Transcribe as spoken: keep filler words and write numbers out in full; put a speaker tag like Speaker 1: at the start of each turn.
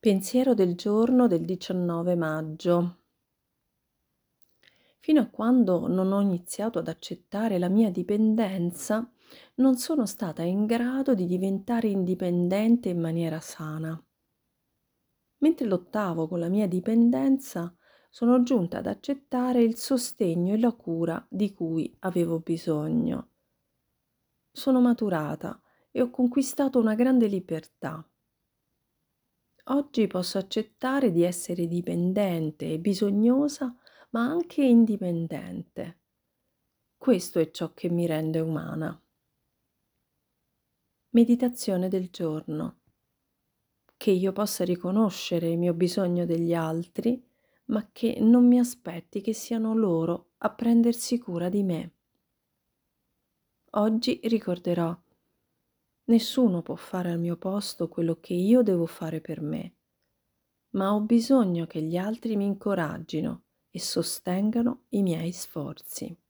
Speaker 1: Pensiero del giorno del diciannove maggio. Fino a quando non ho iniziato ad accettare la mia dipendenza, non sono stata in grado di diventare indipendente in maniera sana. Mentre lottavo con la mia dipendenza, sono giunta ad accettare il sostegno e la cura di cui avevo bisogno. Sono maturata e ho conquistato una grande libertà. Oggi posso accettare di essere dipendente e bisognosa, ma anche indipendente. Questo è ciò che mi rende umana. Meditazione del giorno. Che io possa riconoscere il mio bisogno degli altri, ma che non mi aspetti che siano loro a prendersi cura di me. Oggi ricorderò: nessuno può fare al mio posto quello che io devo fare per me, ma ho bisogno che gli altri mi incoraggino e sostengano i miei sforzi.